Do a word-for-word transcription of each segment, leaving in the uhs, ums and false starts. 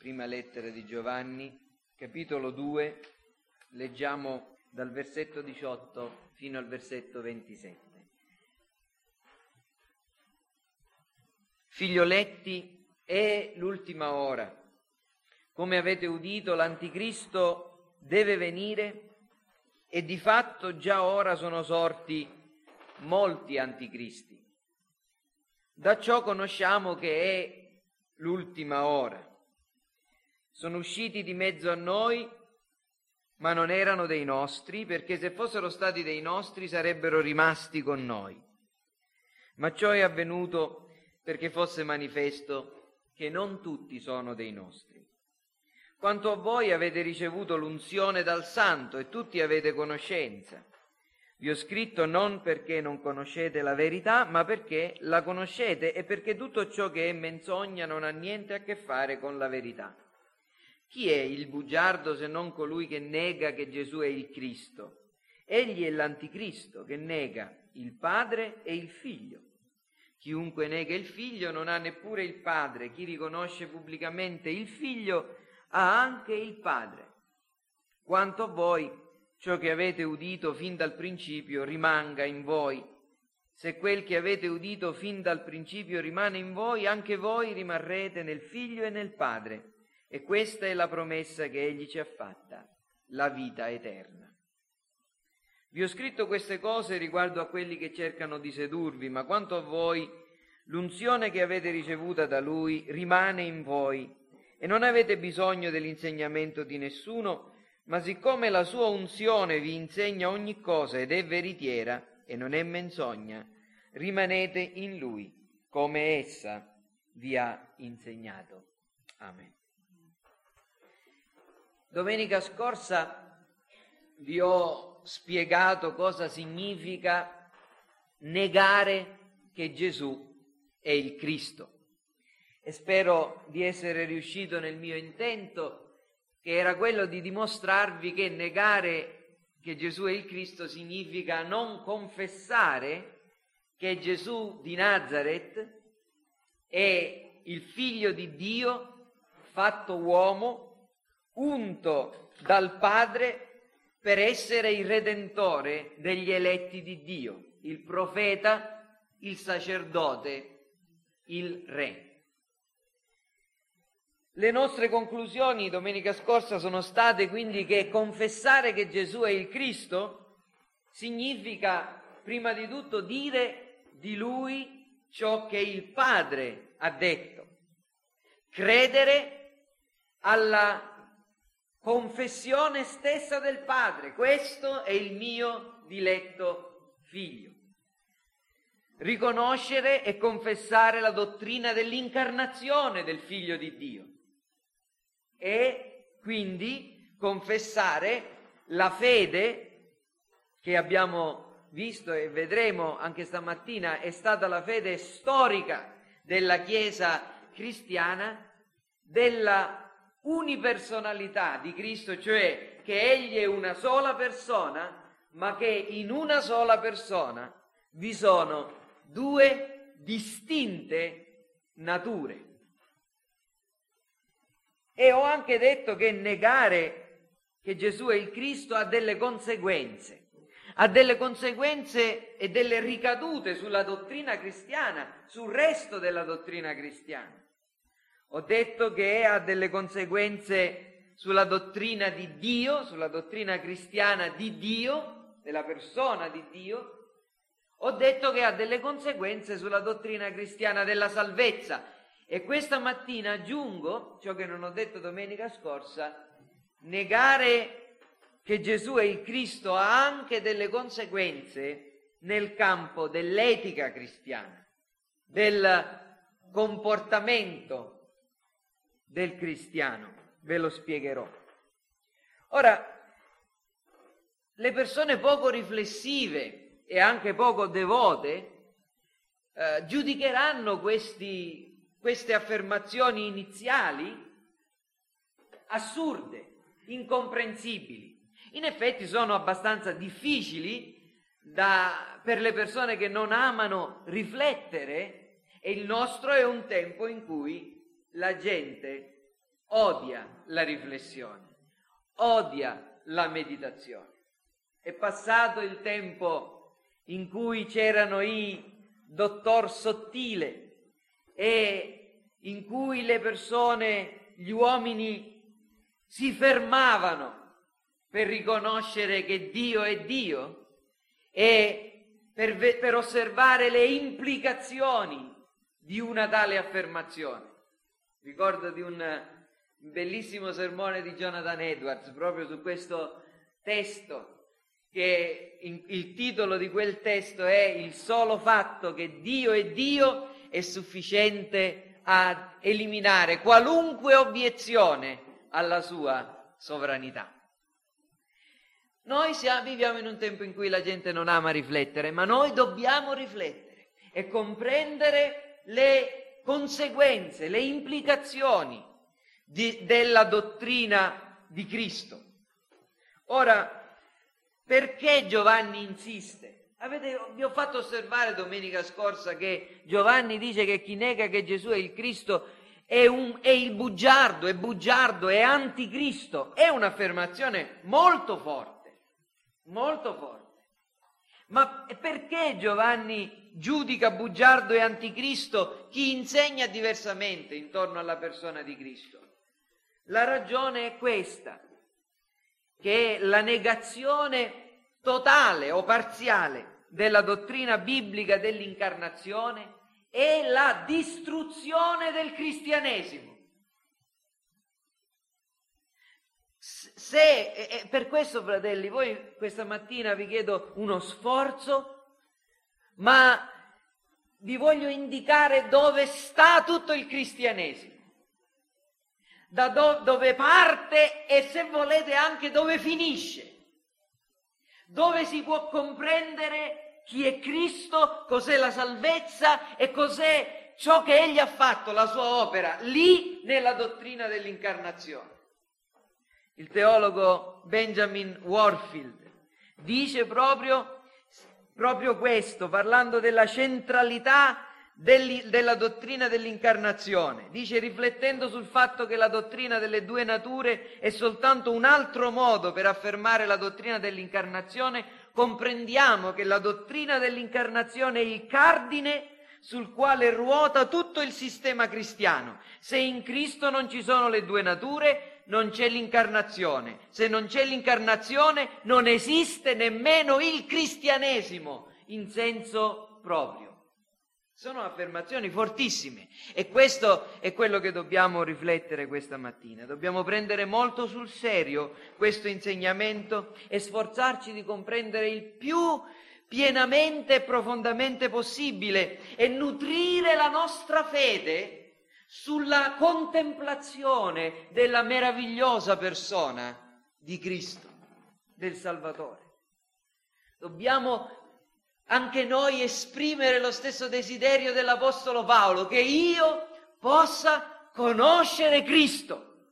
Prima lettera di Giovanni, capitolo due, leggiamo dal versetto diciotto fino al versetto ventisette. Figlioletti, è l'ultima ora. Come avete udito, l'anticristo deve venire e di fatto già ora sono sorti molti anticristi. Da ciò conosciamo che è l'ultima ora. Sono usciti di mezzo a noi, ma non erano dei nostri, perché se fossero stati dei nostri sarebbero rimasti con noi. Ma ciò è avvenuto perché fosse manifesto che non tutti sono dei nostri. Quanto a voi, avete ricevuto l'unzione dal Santo e tutti avete conoscenza. Vi ho scritto non perché non conoscete la verità, ma perché la conoscete e perché tutto ciò che è menzogna non ha niente a che fare con la verità. Chi è il bugiardo se non colui che nega che Gesù è il Cristo? Egli è l'anticristo che nega il Padre e il Figlio. Chiunque nega il Figlio non ha neppure il Padre. Chi riconosce pubblicamente il Figlio ha anche il Padre. Quanto a voi, ciò che avete udito fin dal principio rimanga in voi. Se quel che avete udito fin dal principio rimane in voi, anche voi rimarrete nel Figlio e nel Padre. E questa è la promessa che Egli ci ha fatta, la vita eterna. Vi ho scritto queste cose riguardo a quelli che cercano di sedurvi, ma quanto a voi, l'unzione che avete ricevuta da Lui rimane in voi e non avete bisogno dell'insegnamento di nessuno, ma siccome la sua unzione vi insegna ogni cosa ed è veritiera e non è menzogna, rimanete in Lui, come essa vi ha insegnato. Amen. Domenica scorsa vi ho spiegato cosa significa negare che Gesù è il Cristo e spero di essere riuscito nel mio intento, che era quello di dimostrarvi che negare che Gesù è il Cristo significa non confessare che Gesù di Nazaret è il Figlio di Dio fatto uomo, unto dal Padre per essere il Redentore degli eletti di Dio, il profeta, il sacerdote, il Re. Le nostre conclusioni domenica scorsa sono state quindi che confessare che Gesù è il Cristo significa prima di tutto dire di Lui ciò che il Padre ha detto, credere alla confessione stessa del Padre: questo è il mio diletto figlio. Riconoscere e confessare la dottrina dell'incarnazione del Figlio di Dio e quindi confessare la fede che abbiamo visto e vedremo anche stamattina è stata la fede storica della Chiesa cristiana, della unipersonalità di Cristo, cioè che Egli è una sola persona, ma che in una sola persona vi sono due distinte nature. E ho anche detto che negare che Gesù è il Cristo ha delle conseguenze, ha delle conseguenze e delle ricadute sulla dottrina cristiana, sul resto della dottrina cristiana. Ho detto che ha delle conseguenze sulla dottrina di Dio, sulla dottrina cristiana di Dio, della persona di Dio. Ho detto che ha delle conseguenze sulla dottrina cristiana della salvezza. E questa mattina aggiungo ciò che non ho detto domenica scorsa: negare che Gesù è il Cristo ha anche delle conseguenze nel campo dell'etica cristiana, del comportamento del cristiano. Ve lo spiegherò. Ora, le persone poco riflessive e anche poco devote eh, giudicheranno questi queste affermazioni iniziali assurde, incomprensibili. In effetti sono abbastanza difficili da, per le persone che non amano riflettere, e il nostro è un tempo in cui la gente odia la riflessione, odia la meditazione. È passato il tempo in cui c'erano i dottor Sottile e in cui le persone, gli uomini, si fermavano per riconoscere che Dio è Dio e per, per osservare le implicazioni di una tale affermazione. Ricordo di un bellissimo sermone di Jonathan Edwards proprio su questo testo, che in, il titolo di quel testo è "Il solo fatto che Dio è Dio è sufficiente a eliminare qualunque obiezione alla sua sovranità". Noi siamo, viviamo in un tempo in cui la gente non ama riflettere, ma noi dobbiamo riflettere e comprendere le conseguenze, le implicazioni di, della dottrina di Cristo. Ora, perché Giovanni insiste? Avete, vi ho fatto osservare domenica scorsa che Giovanni dice che chi nega che Gesù è il Cristo è, un, è il bugiardo, è bugiardo, è anticristo. È un'affermazione molto forte, molto forte. Ma perché Giovanni giudica bugiardo e anticristo chi insegna diversamente intorno alla persona di Cristo? La ragione è questa, che la negazione totale o parziale della dottrina biblica dell'incarnazione è la distruzione del cristianesimo. Se, e per questo, fratelli, voi questa mattina vi chiedo uno sforzo, ma vi voglio indicare dove sta tutto il cristianesimo. Da do, dove parte e, se volete, anche dove finisce, dove si può comprendere chi è Cristo, cos'è la salvezza e cos'è ciò che Egli ha fatto, la sua opera, lì nella dottrina dell'incarnazione. Il teologo Benjamin Warfield dice proprio, proprio questo, parlando della centralità della dottrina dell'incarnazione. Dice, riflettendo sul fatto che la dottrina delle due nature è soltanto un altro modo per affermare la dottrina dell'incarnazione, comprendiamo che la dottrina dell'incarnazione è il cardine sul quale ruota tutto il sistema cristiano. Se in Cristo non ci sono le due nature, non c'è l'incarnazione. Se non c'è l'incarnazione, non esiste nemmeno il cristianesimo in senso proprio. Sono affermazioni fortissime e questo è quello che dobbiamo riflettere questa mattina. Dobbiamo prendere molto sul serio questo insegnamento e sforzarci di comprendere il più pienamente e profondamente possibile e nutrire la nostra fede sulla contemplazione della meravigliosa persona di Cristo, del Salvatore. Dobbiamo anche noi esprimere lo stesso desiderio dell'Apostolo Paolo, che io possa conoscere Cristo.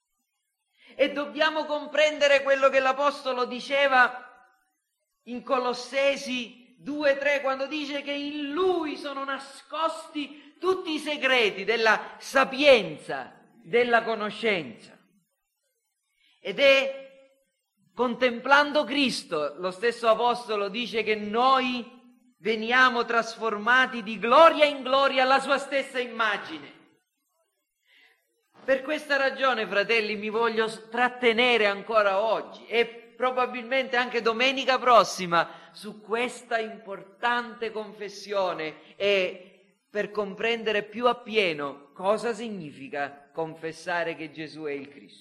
E dobbiamo comprendere quello che l'Apostolo diceva in Colossesi due tre, quando dice che in Lui sono nascosti tutti i segreti della sapienza, della conoscenza. Ed è contemplando Cristo, lo stesso Apostolo dice che noi veniamo trasformati di gloria in gloria alla sua stessa immagine. Per questa ragione, fratelli, mi voglio trattenere ancora oggi e probabilmente anche domenica prossima su questa importante confessione e per comprendere più appieno cosa significa confessare che Gesù è il Cristo.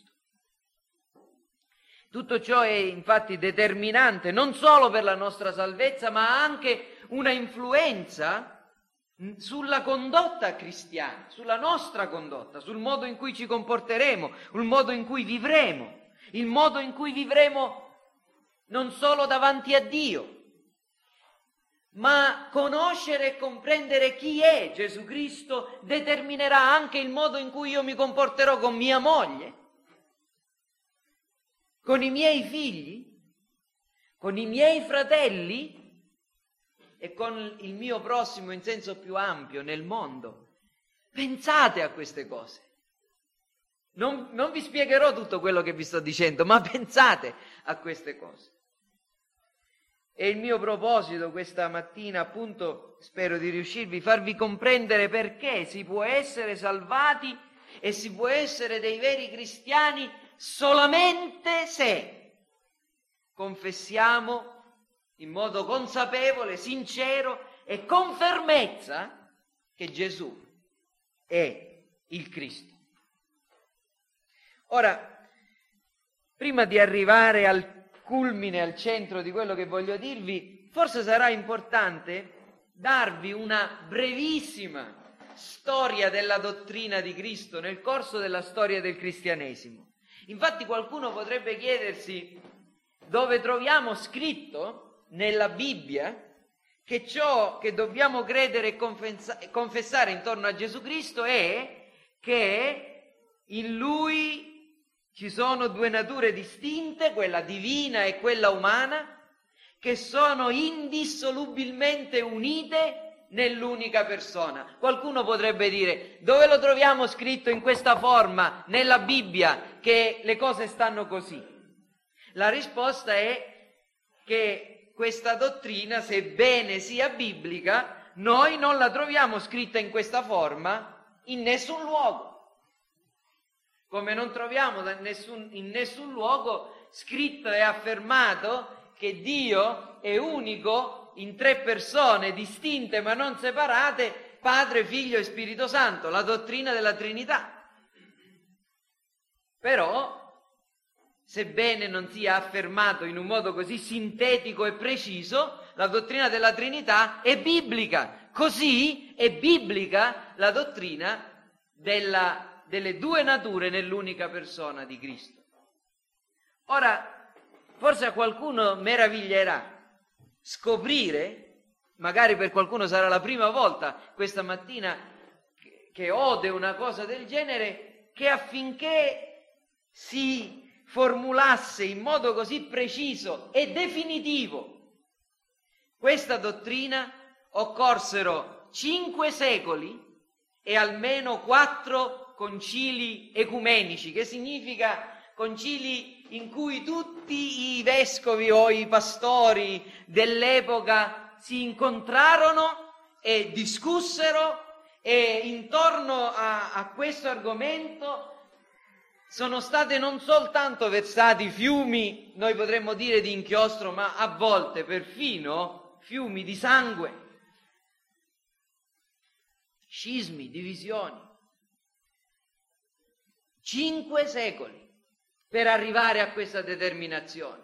Tutto ciò è infatti determinante non solo per la nostra salvezza, ma ha anche una influenza sulla condotta cristiana, sulla nostra condotta, sul modo in cui ci comporteremo, il modo in cui vivremo, il modo in cui vivremo non solo davanti a Dio, ma conoscere e comprendere chi è Gesù Cristo determinerà anche il modo in cui io mi comporterò con mia moglie, con i miei figli, con i miei fratelli e con il mio prossimo in senso più ampio nel mondo. Pensate a queste cose. Non, non vi spiegherò tutto quello che vi sto dicendo, ma pensate a queste cose. E il mio proposito questa mattina, appunto, spero di riuscirvi a farvi comprendere perché si può essere salvati e si può essere dei veri cristiani solamente se confessiamo in modo consapevole, sincero e con fermezza che Gesù è il Cristo. Ora, prima di arrivare al culmine, al centro di quello che voglio dirvi, forse sarà importante darvi una brevissima storia della dottrina di Cristo nel corso della storia del cristianesimo. Infatti qualcuno potrebbe chiedersi dove troviamo scritto nella Bibbia che ciò che dobbiamo credere e confessa- confessare intorno a Gesù Cristo è che in Lui ci sono due nature distinte, quella divina e quella umana, che sono indissolubilmente unite nell'unica persona. Qualcuno potrebbe dire: dove lo troviamo scritto in questa forma nella Bibbia che le cose stanno così? La risposta è che questa dottrina, sebbene sia biblica, noi non la troviamo scritta in questa forma in nessun luogo. Come non troviamo da nessun, in nessun luogo scritto e affermato che Dio è unico in tre persone distinte ma non separate, Padre, Figlio e Spirito Santo, la dottrina della Trinità. Però, sebbene non sia affermato in un modo così sintetico e preciso, la dottrina della Trinità è biblica. Così è biblica la dottrina della delle due nature nell'unica persona di Cristo. Ora, forse a qualcuno meraviglierà scoprire, magari per qualcuno sarà la prima volta questa mattina che ode una cosa del genere, che affinché si formulasse in modo così preciso e definitivo questa dottrina occorsero cinque secoli e almeno quattro concili ecumenici, che significa concili in cui tutti i vescovi o i pastori dell'epoca si incontrarono e discussero, e intorno a, a questo argomento sono state non soltanto versati fiumi, noi potremmo dire di inchiostro, ma a volte perfino fiumi di sangue, scismi, divisioni. Cinque secoli per arrivare a questa determinazione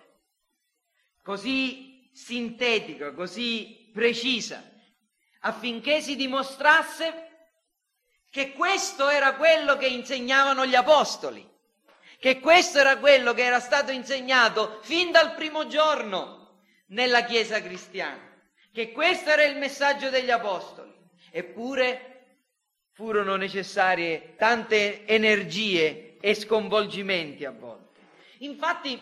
così sintetica, così precisa, affinché si dimostrasse che questo era quello che insegnavano gli apostoli, che questo era quello che era stato insegnato fin dal primo giorno nella Chiesa cristiana, che questo era il messaggio degli apostoli. Eppure furono necessarie tante energie e sconvolgimenti a volte. Infatti,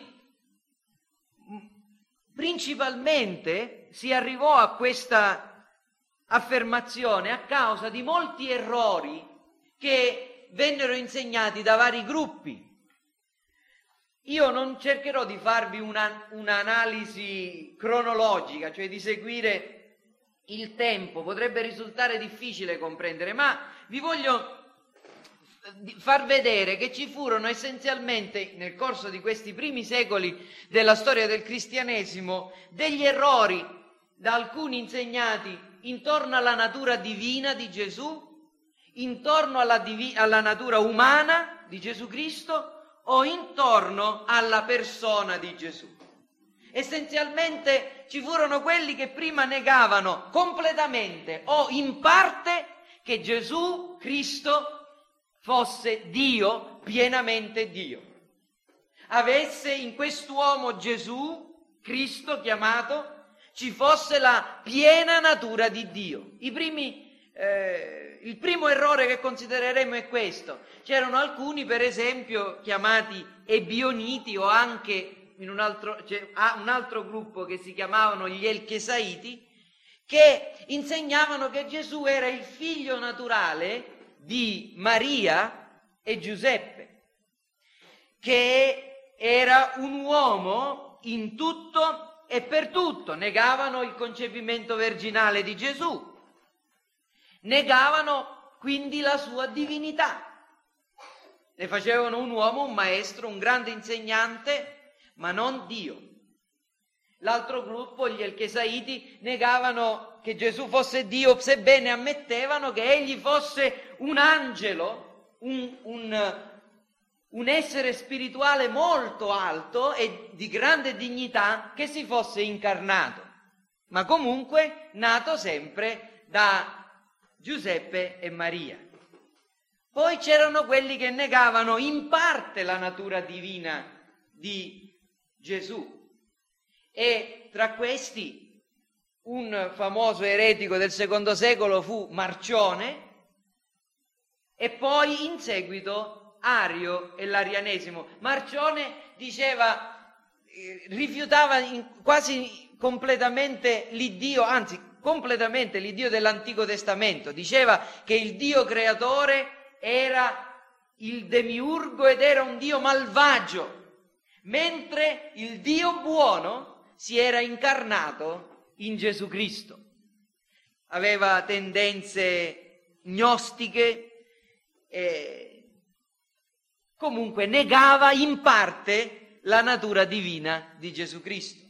principalmente si arrivò a questa affermazione a causa di molti errori che vennero insegnati da vari gruppi. Io non cercherò di farvi una, un'analisi cronologica, cioè di seguire il tempo, potrebbe risultare difficile comprendere, ma vi voglio far vedere che ci furono essenzialmente nel corso di questi primi secoli della storia del cristianesimo degli errori da alcuni insegnati intorno alla natura divina di Gesù, intorno alla, divi- alla natura umana di Gesù Cristo o intorno alla persona di Gesù. Essenzialmente ci furono quelli che prima negavano completamente o in parte che Gesù Cristo fosse Dio, pienamente Dio. Avesse in quest'uomo Gesù Cristo chiamato, ci fosse la piena natura di Dio. I primi, eh, il primo errore che considereremo è questo. C'erano alcuni, per esempio, chiamati ebioniti o anche in un altro, cioè, un altro gruppo che si chiamavano gli Elchesaiti, che insegnavano che Gesù era il figlio naturale di Maria e Giuseppe. che era un uomo in tutto e per tutto. Negavano il concepimento virginale di Gesù, negavano quindi la sua divinità. Ne facevano un uomo, un maestro, un grande insegnante, ma non Dio. L'altro gruppo, gli Elchesaiti, negavano che Gesù fosse Dio, sebbene ammettevano che egli fosse un angelo, un, un, un essere spirituale molto alto e di grande dignità, che si fosse incarnato, ma comunque nato sempre da Giuseppe e Maria. Poi c'erano quelli che negavano in parte la natura divina di Gesù, e tra questi un famoso eretico del secondo secolo fu Marcione, e poi in seguito Ario e l'arianesimo. Marcione diceva, eh, rifiutava in, quasi completamente l'Iddio, anzi completamente l'Iddio dell'Antico Testamento. Diceva che il Dio creatore era il demiurgo ed era un Dio malvagio, mentre il Dio buono si era incarnato in Gesù Cristo. Aveva tendenze gnostiche, e comunque negava in parte la natura divina di Gesù Cristo.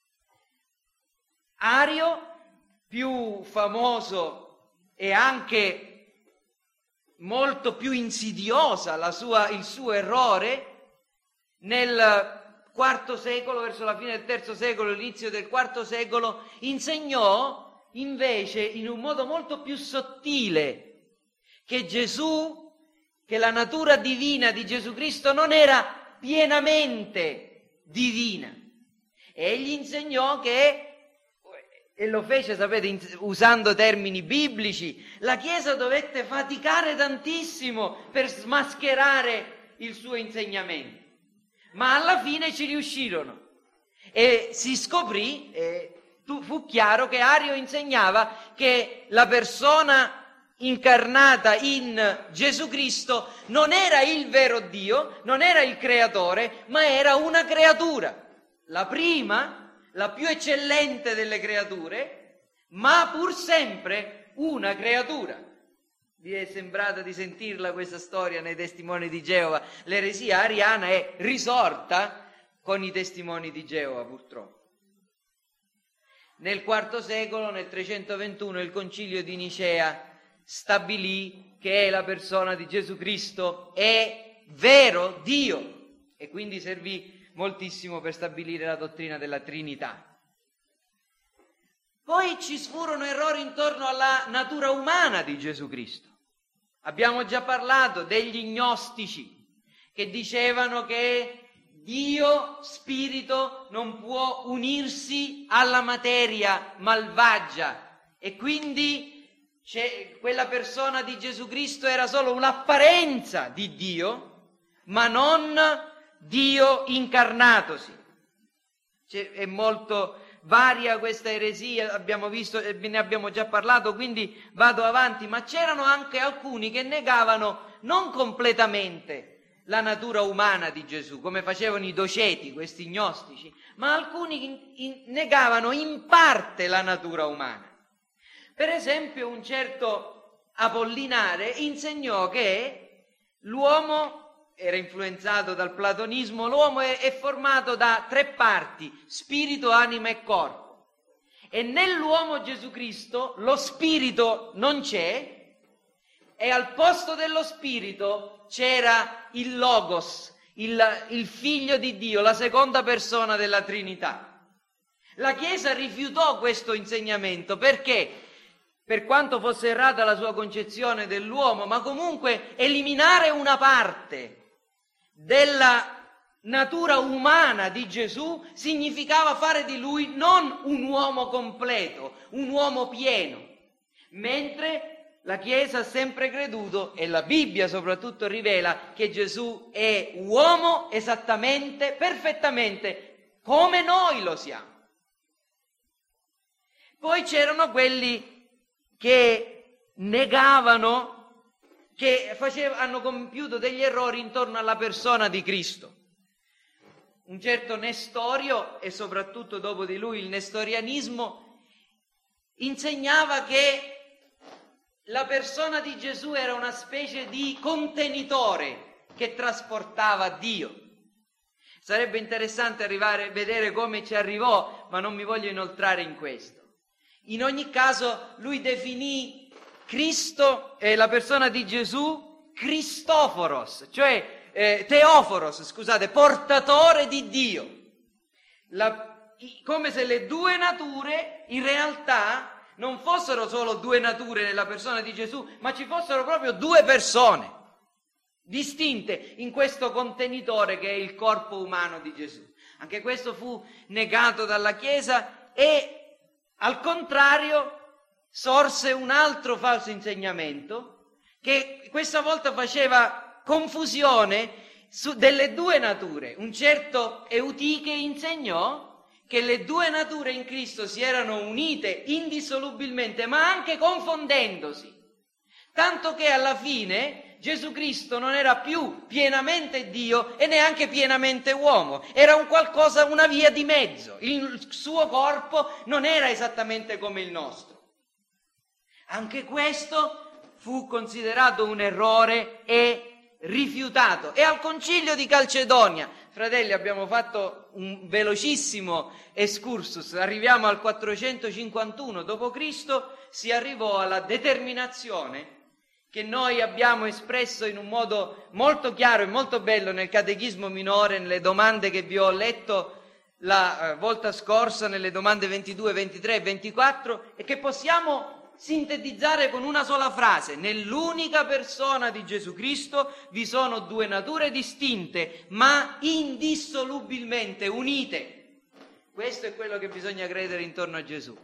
Ario, più famoso e anche molto più insidiosa la sua, il suo errore, nel quarto secolo, verso la fine del terzo secolo, l'inizio del quarto secolo, insegnò invece in un modo molto più sottile che Gesù, che la natura divina di Gesù Cristo non era pienamente divina. Egli insegnò che, e lo fece, sapete, usando termini biblici, la Chiesa dovette faticare tantissimo per smascherare il suo insegnamento, ma alla fine ci riuscirono e si scoprì, eh, fu chiaro che Ario insegnava che la persona incarnata in Gesù Cristo non era il vero Dio, non era il creatore, ma era una creatura, la prima, la più eccellente delle creature, ma pur sempre una creatura. Vi è sembrata di sentirla questa storia nei testimoni di Geova? L'eresia ariana è risorta con i testimoni di Geova, purtroppo. Nel quarto secolo, nel trecentoventuno, il concilio di Nicea stabilì che la persona di Gesù Cristo è vero Dio, e quindi servì moltissimo per stabilire la dottrina della Trinità. Poi ci furono errori intorno alla natura umana di Gesù Cristo. Abbiamo già parlato degli gnostici che dicevano che Dio, spirito, non può unirsi alla materia malvagia, e quindi c'è, quella persona di Gesù Cristo era solo un'apparenza di Dio, ma non Dio incarnatosi. C'è, è molto varia questa eresia, abbiamo visto, ne abbiamo già parlato, quindi vado avanti, ma c'erano anche alcuni che negavano non completamente la natura umana di Gesù, come facevano i doceti, questi gnostici, ma alcuni in, in, negavano in parte la natura umana. Per esempio, un certo Apollinare insegnò che l'uomo era influenzato dal platonismo, l'uomo è, è formato da tre parti: spirito, anima e corpo, e nell'uomo Gesù Cristo lo spirito non c'è, e al posto dello spirito c'era il Logos, il, il figlio di Dio, la seconda persona della Trinità. La Chiesa rifiutò questo insegnamento perché, per quanto fosse errata la sua concezione dell'uomo, ma comunque eliminare una parte della natura umana di Gesù significava fare di lui non un uomo completo, un uomo pieno, mentre la Chiesa ha sempre creduto, e la Bibbia soprattutto rivela, che Gesù è uomo esattamente, perfettamente come noi lo siamo. Poi c'erano quelli che negavano, che faceva, hanno compiuto degli errori intorno alla persona di Cristo. un certo Nestorio, e soprattutto dopo di lui il nestorianismo, insegnava che la persona di Gesù era una specie di contenitore che trasportava Dio. Sarebbe interessante arrivare a vedere come ci arrivò, ma non mi voglio inoltrare in questo. In ogni caso, lui definì Cristo e eh, la persona di Gesù Christoforos, cioè eh, Teoforos, scusate, portatore di Dio. La, come se le due nature in realtà non fossero solo due nature nella persona di Gesù, ma ci fossero proprio due persone distinte in questo contenitore che è il corpo umano di Gesù. Anche questo fu negato dalla Chiesa e al contrario sorse un altro falso insegnamento che questa volta faceva confusione su delle due nature. Un certo Eutiche insegnò che le due nature in Cristo si erano unite indissolubilmente, ma anche confondendosi, tanto che alla fine Gesù Cristo non era più pienamente Dio e neanche pienamente uomo, era un qualcosa, una via di mezzo. Il suo corpo non era esattamente come il nostro. Anche questo fu considerato un errore e rifiutato. E al Concilio di Calcedonia, fratelli, abbiamo fatto un velocissimo excursus, arriviamo al quattrocentocinquantuno dopo Cristo, si arrivò alla determinazione che noi abbiamo espresso in un modo molto chiaro e molto bello nel Catechismo minore, nelle domande che vi ho letto la uh, volta scorsa, nelle domande ventidue, ventitré e ventiquattro, e che possiamo sintetizzare con una sola frase: nell'unica persona di Gesù Cristo vi sono due nature distinte, ma indissolubilmente unite. Questo è quello che bisogna credere intorno a Gesù.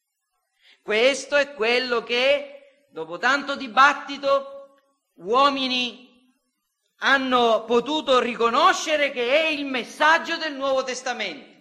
Questo è quello che dopo tanto dibattito, uomini hanno potuto riconoscere che è il messaggio del Nuovo Testamento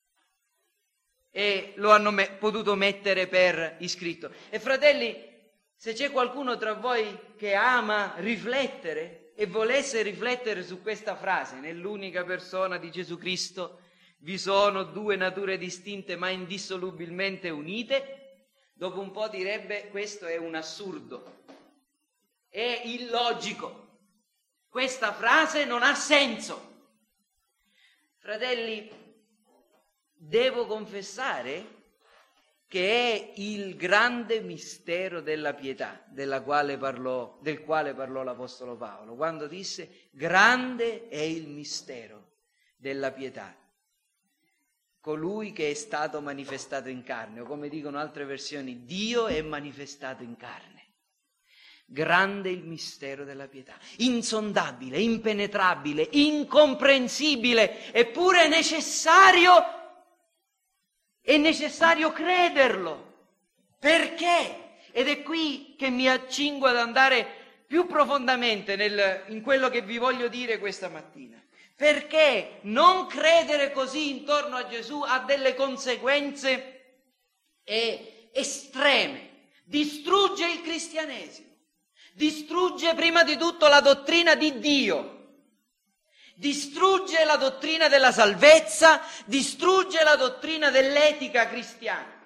e lo hanno me- potuto mettere per iscritto. E fratelli, se c'è qualcuno tra voi che ama riflettere e volesse riflettere su questa frase, nell'unica persona di Gesù Cristo vi sono due nature distinte ma indissolubilmente unite, dopo un po' direbbe: questo è un assurdo, è illogico, questa frase non ha senso. Fratelli, devo confessare che è il grande mistero della pietà della quale parlò, del quale parlò l'Apostolo Paolo, quando disse: grande è il mistero della pietà, colui che è stato manifestato in carne, o come dicono altre versioni, Dio è manifestato in carne. Grande il mistero della pietà, insondabile, impenetrabile, incomprensibile, eppure è necessario, è necessario crederlo. Perché? Ed è qui che mi accingo ad andare più profondamente nel, in quello che vi voglio dire questa mattina. Perché non credere così intorno a Gesù ha delle conseguenze eh, estreme, distrugge il cristianesimo, distrugge prima di tutto la dottrina di Dio, distrugge la dottrina della salvezza, distrugge la dottrina dell'etica cristiana.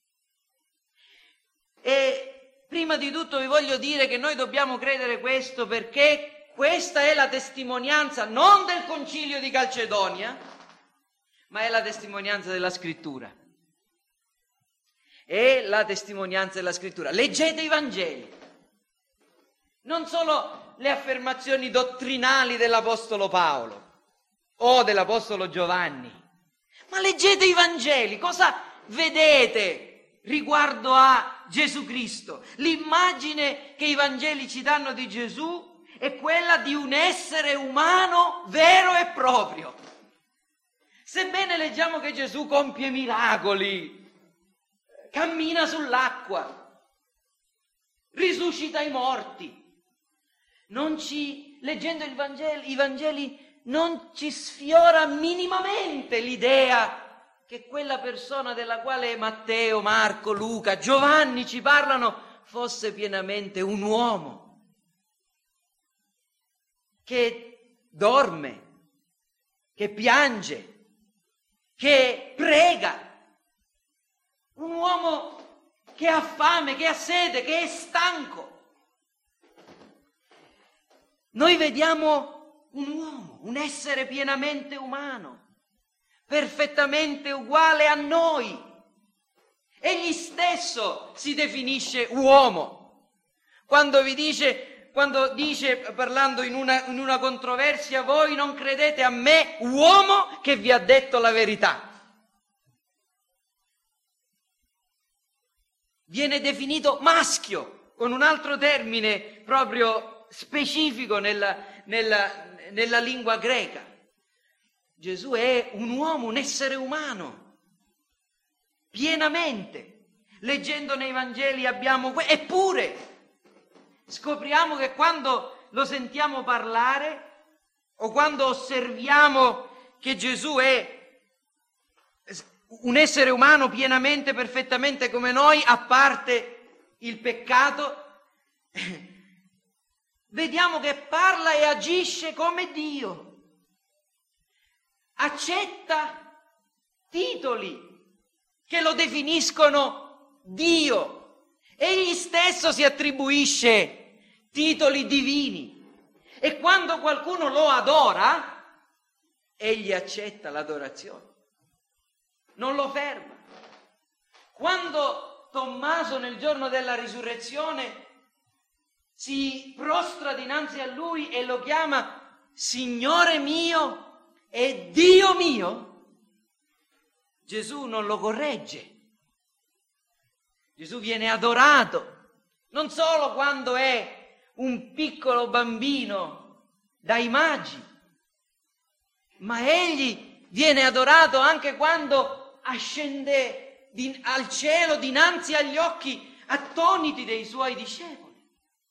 E prima di tutto vi voglio dire che noi dobbiamo credere questo perché questa è la testimonianza non del Concilio di Calcedonia, ma è la testimonianza della Scrittura. È la testimonianza della Scrittura. Leggete i Vangeli. Non solo le affermazioni dottrinali dell'Apostolo Paolo o dell'Apostolo Giovanni, ma leggete i Vangeli. Cosa vedete riguardo a Gesù Cristo? L'immagine che i Vangeli ci danno di Gesù è quella di un essere umano vero e proprio. Sebbene leggiamo che Gesù compie miracoli, cammina sull'acqua, risuscita i morti, non ci, leggendo il Vangelo, i Vangeli non ci sfiora minimamente l'idea che quella persona della quale Matteo, Marco, Luca, Giovanni ci parlano fosse pienamente un uomo che dorme che piange, che prega, un uomo che ha fame, che ha sete, che è stanco. Noi vediamo un uomo, un essere pienamente umano, perfettamente uguale a noi. Egli stesso si definisce uomo. Quando vi dice, quando dice, parlando in una, in una controversia, voi non credete a me, uomo che vi ha detto la verità. Viene definito maschio, con un altro termine proprio specifico nella, nella, nella lingua greca. Gesù è un uomo, un essere umano. Pienamente. Leggendo nei Vangeli abbiamo que- eppure scopriamo che quando lo sentiamo parlare o quando osserviamo che Gesù è un essere umano pienamente, perfettamente come noi, a parte il peccato, vediamo che parla e agisce come Dio, accetta titoli che lo definiscono Dio. Egli stesso si attribuisce titoli divini. E quando qualcuno lo adora, egli accetta l'adorazione. Non lo ferma. Quando Tommaso nel giorno della risurrezione si prostra dinanzi a lui e lo chiama Signore mio e Dio mio, Gesù non lo corregge. Gesù viene adorato, non solo quando è un piccolo bambino dai magi, ma egli viene adorato anche quando ascende di, al cielo dinanzi agli occhi attoniti dei suoi discepoli.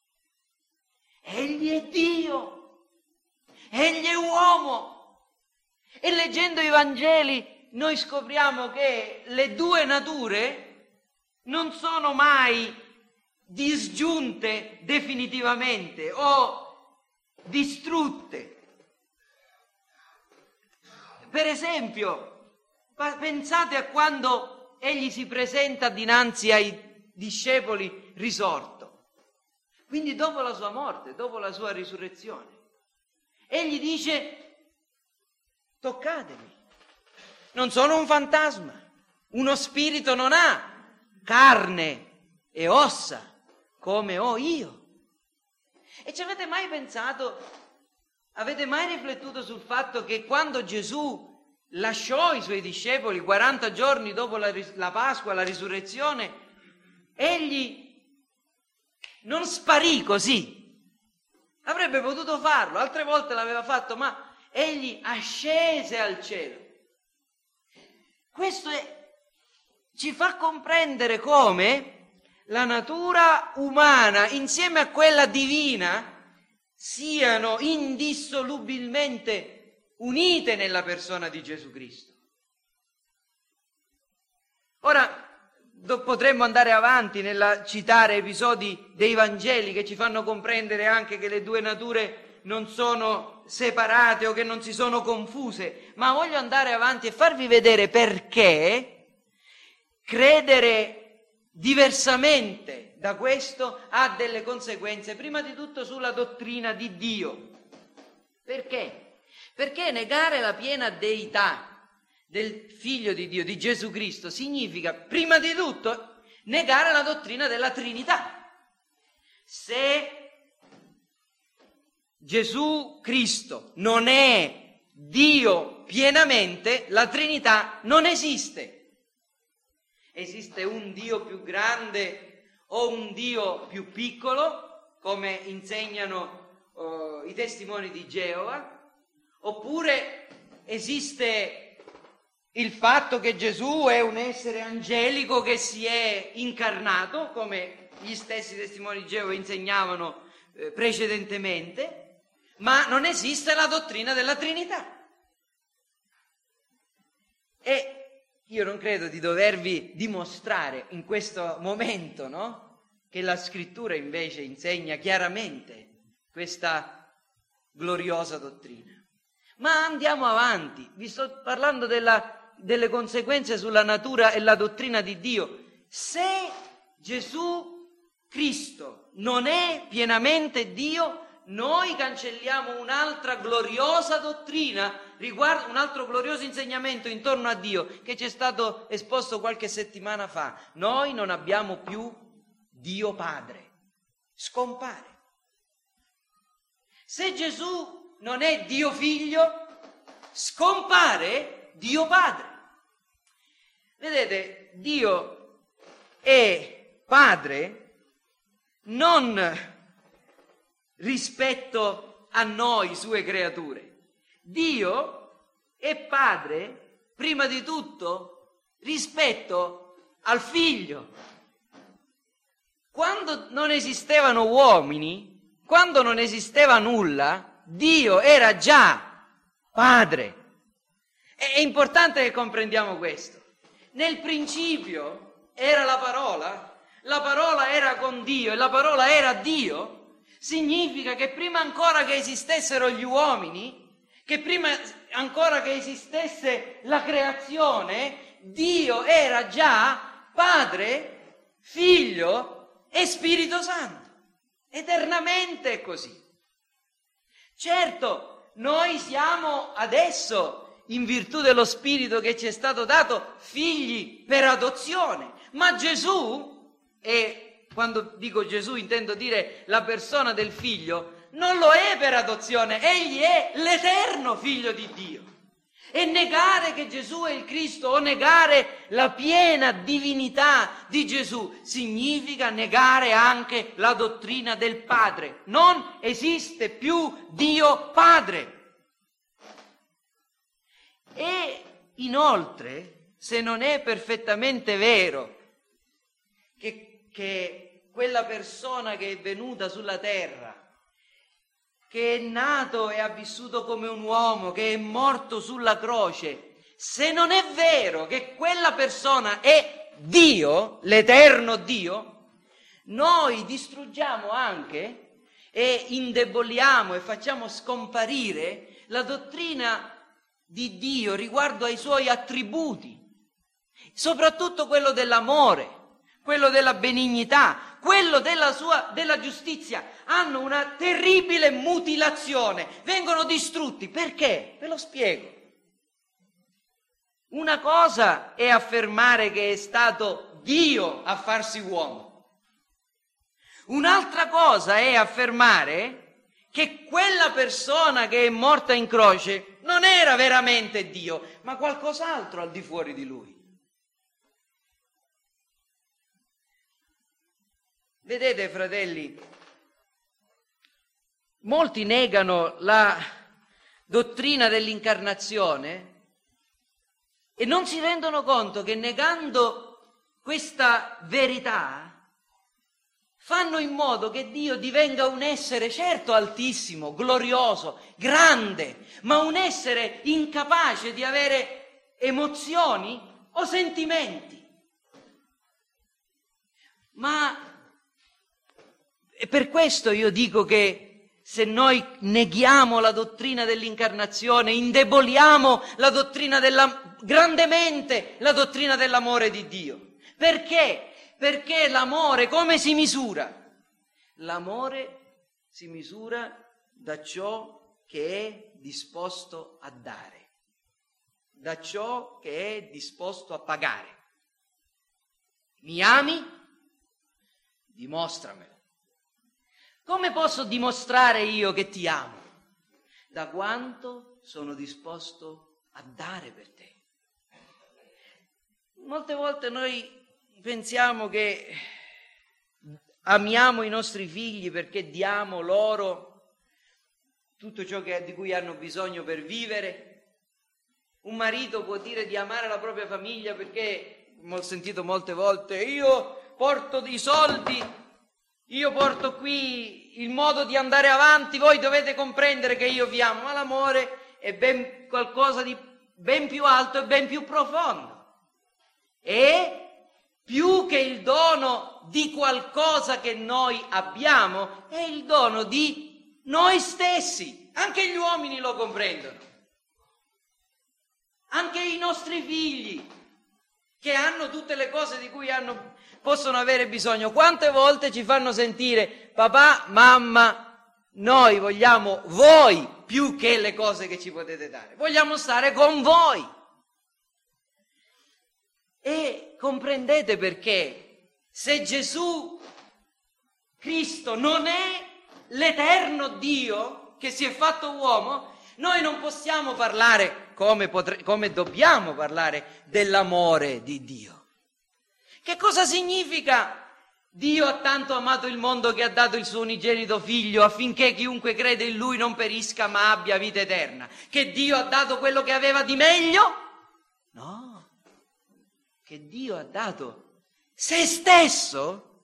Egli è Dio, egli è uomo. E leggendo i Vangeli noi scopriamo che le due nature non sono mai disgiunte definitivamente o distrutte. Per esempio, pensate a quando egli si presenta dinanzi ai discepoli risorto, quindi dopo la sua morte, dopo la sua risurrezione. Egli dice: toccatemi. Non sono un fantasma, uno spirito non ha carne e ossa come ho io. E ci avete mai pensato, avete mai riflettuto sul fatto che quando Gesù lasciò i suoi discepoli quaranta giorni dopo la, la Pasqua, la risurrezione, egli non sparì così. Avrebbe potuto farlo, altre volte l'aveva fatto, ma egli ascese al cielo. Questo è, ci fa comprendere come la natura umana insieme a quella divina siano indissolubilmente unite nella persona di Gesù Cristo. Ora do, potremmo andare avanti nel citare episodi dei Vangeli che ci fanno comprendere anche che le due nature non sono separate o che non si sono confuse, ma voglio andare avanti e farvi vedere perché credere diversamente da questo ha delle conseguenze, prima di tutto sulla dottrina di Dio. Perché? Perché negare la piena deità del Figlio di Dio, di Gesù Cristo, significa prima di tutto negare la dottrina della Trinità. Se Gesù Cristo non è Dio pienamente, la Trinità non esiste. Esiste un Dio più grande o un Dio più piccolo, come insegnano uh, i testimoni di Geova, oppure esiste il fatto che Gesù è un essere angelico che si è incarnato, come gli stessi testimoni di Geova insegnavano eh, precedentemente, ma non esiste la dottrina della Trinità. E io non credo di dovervi dimostrare in questo momento, no? Che la Scrittura invece insegna chiaramente questa gloriosa dottrina. Ma andiamo avanti, vi sto parlando della, delle conseguenze sulla natura e la dottrina di Dio. Se Gesù Cristo non è pienamente Dio, noi cancelliamo un'altra gloriosa dottrina, riguardo un altro glorioso insegnamento intorno a Dio che ci è stato esposto qualche settimana fa. Noi non abbiamo più Dio Padre, scompare. Se Gesù non è Dio Figlio, scompare Dio Padre. Vedete, Dio è Padre non rispetto a noi, sue creature. Dio è Padre, prima di tutto, rispetto al Figlio. Quando non esistevano uomini, quando non esisteva nulla, Dio era già Padre. È importante che comprendiamo questo. Nel principio era la parola, la parola era con Dio e la parola era Dio. Significa che prima ancora che esistessero gli uomini, che prima ancora che esistesse la creazione, Dio era già Padre, Figlio e Spirito Santo. Eternamente è così. Certo, noi siamo adesso, in virtù dello Spirito che ci è stato dato, figli per adozione, ma Gesù è... Quando dico Gesù intendo dire la persona del Figlio, non lo è per adozione, egli è l'eterno Figlio di Dio. E negare che Gesù è il Cristo o negare la piena divinità di Gesù significa negare anche la dottrina del Padre. Non esiste più Dio Padre. E inoltre, se non è perfettamente vero che, che quella persona che è venuta sulla terra, che è nato e ha vissuto come un uomo, che è morto sulla croce, se non è vero che quella persona è Dio, l'eterno Dio, noi distruggiamo anche e indeboliamo e facciamo scomparire la dottrina di Dio riguardo ai suoi attributi, soprattutto quello dell'amore, quello della benignità, quello della sua della giustizia. Hanno una terribile mutilazione, vengono distrutti. Perché? Ve lo spiego. Una cosa è affermare che è stato Dio a farsi uomo. Un'altra cosa è affermare che quella persona che è morta in croce non era veramente Dio, ma qualcos'altro al di fuori di lui. Vedete, fratelli, molti negano la dottrina dell'incarnazione e non si rendono conto che negando questa verità fanno in modo che Dio divenga un essere certo altissimo, glorioso, grande, ma un essere incapace di avere emozioni o sentimenti. Ma e per questo io dico che se noi neghiamo la dottrina dell'incarnazione, indeboliamo la dottrina della, grandemente la dottrina dell'amore di Dio. Perché? Perché l'amore come si misura? L'amore si misura da ciò che è disposto a dare, da ciò che è disposto a pagare. Mi ami? Dimostramelo. Come posso dimostrare io che ti amo? Da quanto sono disposto a dare per te. Molte volte noi pensiamo che amiamo i nostri figli perché diamo loro tutto ciò che, di cui hanno bisogno per vivere. Un marito può dire di amare la propria famiglia perché, ho sentito molte volte, io porto dei soldi, io porto qui il modo di andare avanti, voi dovete comprendere che io vi amo. Ma l'amore è ben qualcosa di ben più alto e ben più profondo. E più che il dono di qualcosa che noi abbiamo, è il dono di noi stessi. Anche gli uomini lo comprendono. i nostri figli, che hanno tutte le cose di cui hanno, possono avere bisogno. Quante volte ci fanno sentire: papà, mamma, noi vogliamo voi più che le cose che ci potete dare, vogliamo stare con voi. E comprendete perché, se Gesù Cristo non è l'eterno Dio che si è fatto uomo, noi non possiamo parlare come, potre, come dobbiamo parlare dell'amore di Dio. Che cosa significa? Dio ha tanto amato il mondo che ha dato il suo unigenito figlio affinché chiunque crede in lui non perisca ma abbia vita eterna. Che Dio ha dato quello che aveva di meglio? No, che Dio ha dato se stesso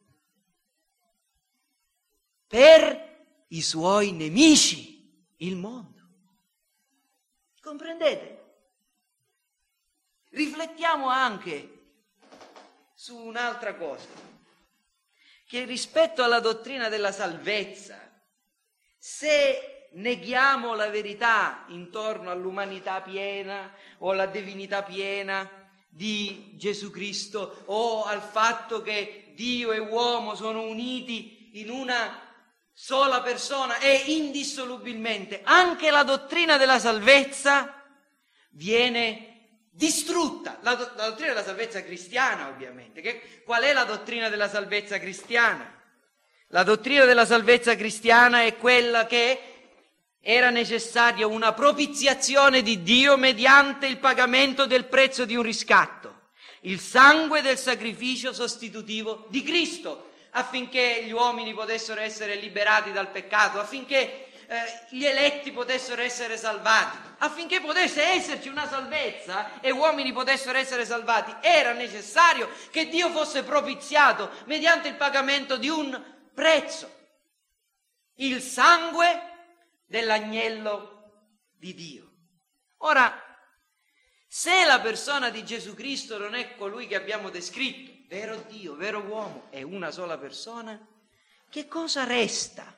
per i suoi nemici, il mondo. Comprendete? Riflettiamo anche su un'altra cosa, che rispetto alla dottrina della salvezza, se neghiamo la verità intorno all'umanità piena o alla divinità piena di Gesù Cristo, o al fatto che Dio e uomo sono uniti in una sola persona e indissolubilmente, anche la dottrina della salvezza viene distrutta. La, do- la dottrina della salvezza cristiana, ovviamente. Che, qual è la dottrina della salvezza cristiana? La dottrina della salvezza cristiana è quella che era necessaria una propiziazione di Dio mediante il pagamento del prezzo di un riscatto, il sangue del sacrificio sostitutivo di Cristo, affinché gli uomini potessero essere liberati dal peccato, affinché eh, gli eletti potessero essere salvati, affinché potesse esserci una salvezza e uomini potessero essere salvati. Era necessario che Dio fosse propiziato mediante il pagamento di un prezzo, il sangue dell'agnello di Dio. Ora, se la persona di Gesù Cristo non è colui che abbiamo descritto, vero Dio, vero uomo, è una sola persona, che cosa resta?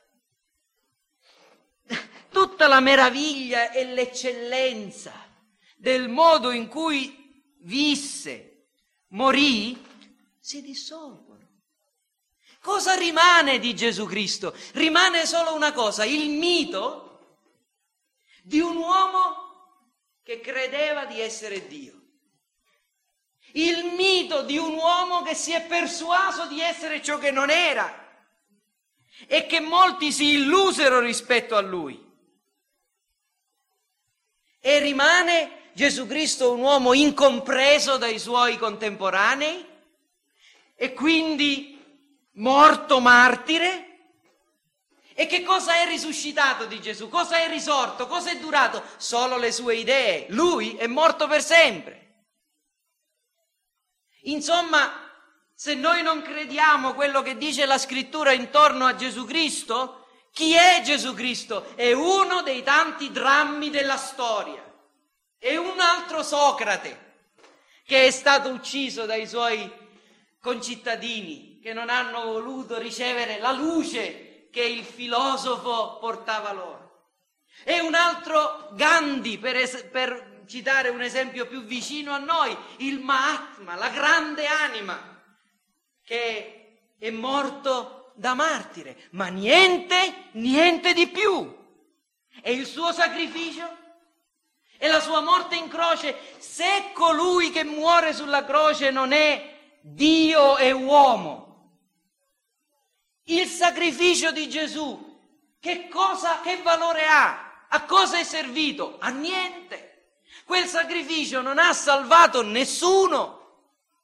Tutta la meraviglia e l'eccellenza del modo in cui visse, morì, si dissolvono. Cosa rimane di Gesù Cristo? Rimane solo una cosa, il mito di un uomo che credeva di essere Dio. Il mito di un uomo che si è persuaso di essere ciò che non era e che molti si illusero rispetto a lui. E rimane Gesù Cristo un uomo incompreso dai suoi contemporanei e quindi morto martire. E che cosa è risuscitato di Gesù? Cosa è risorto? Cosa è durato? Solo le sue idee. Lui è morto per sempre. Insomma, se noi non crediamo quello che dice la Scrittura intorno a Gesù Cristo, chi è Gesù Cristo? È uno dei tanti drammi della storia. È un altro Socrate che è stato ucciso dai suoi concittadini che non hanno voluto ricevere la luce che il filosofo portava loro. È un altro Gandhi, per, es- per citare un esempio più vicino a noi, il Mahatma, la grande anima, che è morto da martire, ma niente, niente di più. E il suo sacrificio e la sua morte in croce, se colui che muore sulla croce non è Dio e uomo, il sacrificio di Gesù, che cosa, che valore ha? A cosa è servito? A niente. Quel sacrificio non ha salvato nessuno.